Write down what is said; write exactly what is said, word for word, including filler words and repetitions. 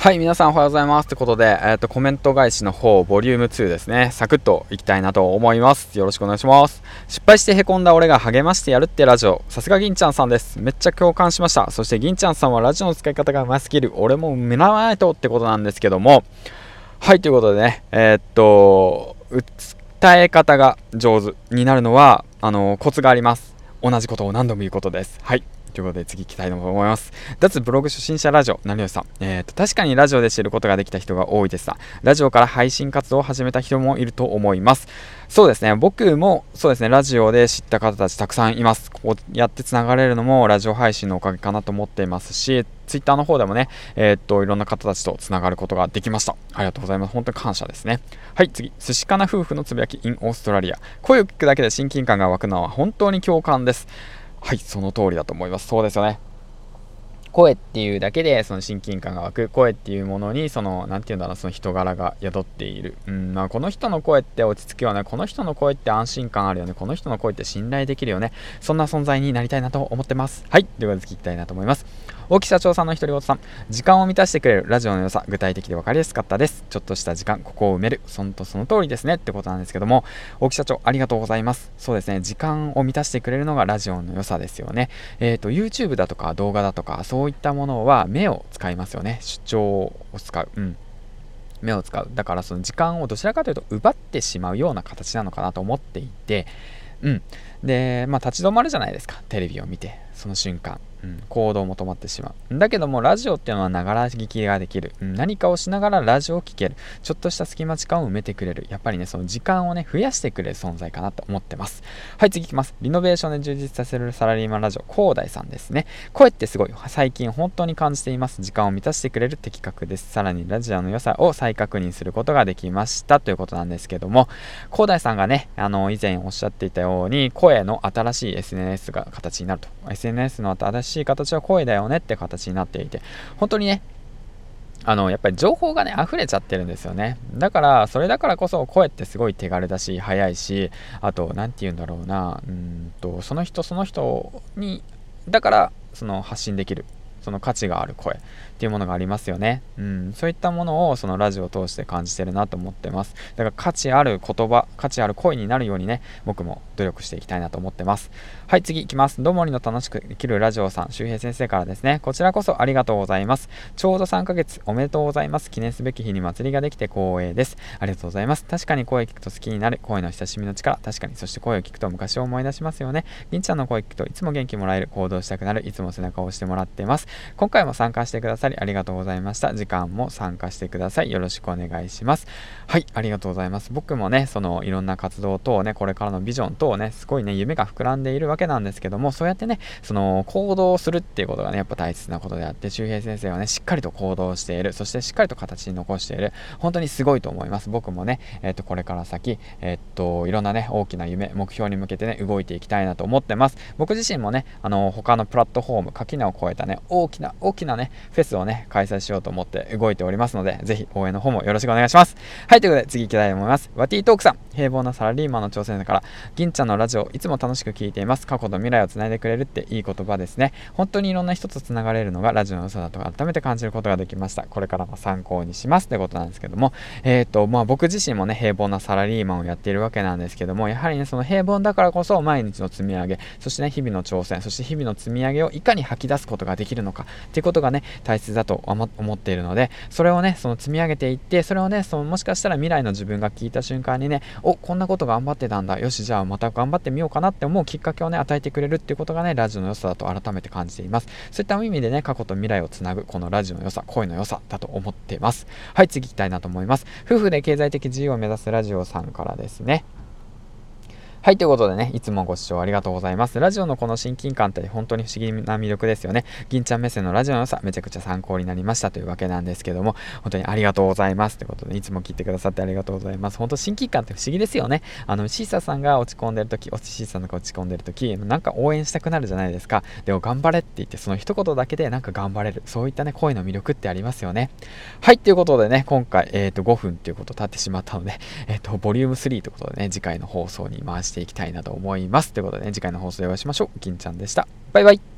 はい、皆さんおはようございます。ということで、えっと、コメント返しの方、ボリュームツーですね。サクッといきたいなと思います。よろしくお願いします。失敗してへこんだ俺が励ましてやるってラジオ。さすが銀ちゃんさんです。めっちゃ共感しました。そして銀ちゃんさんはラジオの使い方がうますぎる。俺も見習わないとってことなんですけども。はい、ということでね、えー、っと、伝え方が上手になるのは、あの、コツがあります。同じことを何度も言うことです。はい。ということで次行きたいと思います。脱ブログ初心者ラジオ、成吉さん。えーと、確かにラジオで知ることができた人が多いですが、ラジオから配信活動を始めた人もいると思います。そうですね、僕もそうですね、ラジオで知った方たちたくさんいます。こうやってつながれるのもラジオ配信のおかげかなと思っていますし、ツイッターの方でもね、えー、っといろんな方たちとつながることができました。ありがとうございます。本当に感謝ですね。はい、次、寿司かな夫婦のつぶやき in オーストラリア。声を聞くだけで親近感が湧くのは本当に共感です。はい、その通りだと思います。そうですよね。声っていうだけでその親近感が湧く。声っていうものにそのなんていうんだろう、その人柄が宿っている。うん、まあこの人の声って落ち着くよね。この人の声って安心感あるよね。この人の声って信頼できるよね。そんな存在になりたいなと思ってます。はい、ということで聞きたいなと思います。大木社長さんの独り言さん、時間を満たしてくれるラジオの良さ、具体的で分かりやすかったです。ちょっとした時間、ここを埋める。そのとその通りですねってことなんですけども、大木社長ありがとうございます。そうですね、時間を満たしてくれるのがラジオの良さですよね。えっと YouTube だとか動画だとかそういったものは目を使いますよね。主張を使う、うん、目を使う。だからその時間をどちらかというと奪ってしまうような形なのかなと思っていて、うんでまあ立ち止まるじゃないですか、テレビを見てその瞬間、うん、行動も止まってしまう。だけどもラジオっていうのはながら聞きができる、うん、何かをしながらラジオを聞ける。ちょっとした隙間時間を埋めてくれる。やっぱりね、その時間をね増やしてくれる存在かなと思ってます。はい、次いきます。リノベーションで充実させるサラリーマンラジオ、広大さんですね。声ってすごい、最近本当に感じています。時間を満たしてくれる的確です。さらにラジオの良さを再確認することができましたということなんですけども、広大さんがね、あの以前おっしゃっていたように、声の新しい エスエヌエス が形になると。 エスエヌエス の新しい形は声だよねって形になっていて、本当にね、あのやっぱり情報がね溢れちゃってるんですよね。だからそれだからこそ声ってすごい手軽だし早いし、あとなんて言うんだろうな、うんとその人その人にだからその発信できるその価値がある声っていうものがありますよね。うん、そういったものをそのラジオを通して感じてるなと思ってます。だから価値ある言葉、価値ある声になるようにね、僕も努力していきたいなと思ってます。はい、次いきます。どうもりの楽しく生きるラジオさん、周平先生からですね。こちらこそありがとうございます。ちょうどさんかげつおめでとうございます。記念すべき日に祭りができて光栄です。ありがとうございます。確かに声聞くと好きになる。声の親しみの力、確かに。そして声を聞くと昔を思い出しますよね。銀ちゃんの声聞くといつも元気もらえる。行動したくなる。いつも背中を押してもらってます。今回も参加してくださりありがとうございました。時間も参加してください。よろしくお願いします。はい、ありがとうございます。僕もね、そのいろんな活動等ね、これからのビジョン等ね、すごいね、夢が膨らんでいるわけなんですけども、そうやってね、その行動するっていうことがね、やっぱ大切なことであって、周平先生はね、しっかりと行動している。そしてしっかりと形に残している。本当にすごいと思います。僕もね、えっと、これから先、えっと、いろんなね、大きな夢、目標に向けてね、動いていきたいなと思ってます。僕自身もね、あの、他のプラットフォーム、垣根を越えたね、大きな、大きなね、フェスをね、開催しようと思って動いておりますので、ぜひ応援の方もよろしくお願いします。はい、ということで次行きたいと思います。ワティトークさん、平凡なサラリーマンの挑戦者から、銀ちゃんのラジオいつも楽しく聞いています。過去と未来をつないでくれるっていい言葉ですね。本当にいろんな人とつながれるのがラジオの良さだと改めて感じることができました。これからも参考にしますってことなんですけども、えっとまあ僕自身もね、平凡なサラリーマンをやっているわけなんですけども、やはりね、その平凡だからこそ毎日の積み上げ、そしてね、日々の挑戦、そして日々の積み上げをいかに吐き出すことができるのかっていうことがね、大切だと思っているので、それをね、その積み上げていって、それをね、そのもしかしたら未来の自分が聞いた瞬間にね、お、こんなこと頑張ってたんだ、よし、じゃあまた頑張ってみようかなって思うきっかけをね、与えてくれるっていうことがね、ラジオの良さだと改めて感じています。そういった意味でね、過去と未来をつなぐこのラジオの良さ、声の良さだと思っています。はい、次行きたいなと思います。夫婦で経済的自由を目指すラジオさんからですね。はい、ということでね、いつもご視聴ありがとうございます。ラジオのこの親近感って本当に不思議な魅力ですよね。銀ちゃん目線のラジオの良さ、めちゃくちゃ参考になりましたというわけなんですけども、本当にありがとうございますということで、いつも聞いてくださってありがとうございます。本当親近感って不思議ですよね。あの、シーサさんが落ち込んでるとき、シーサさんが落ち込んでるとき、なんか応援したくなるじゃないですか。でも頑張れって言って、その一言だけでなんか頑張れる。そういったね、声の魅力ってありますよね。はい、ということでね、今回、えっと、ごふんということ経ってしまったので、えっと、ボリュームスリーということでね、次回の放送に回していきたいなと思います。ということでね、次回の放送でお会いしましょう。銀ちゃんでした。バイバイ。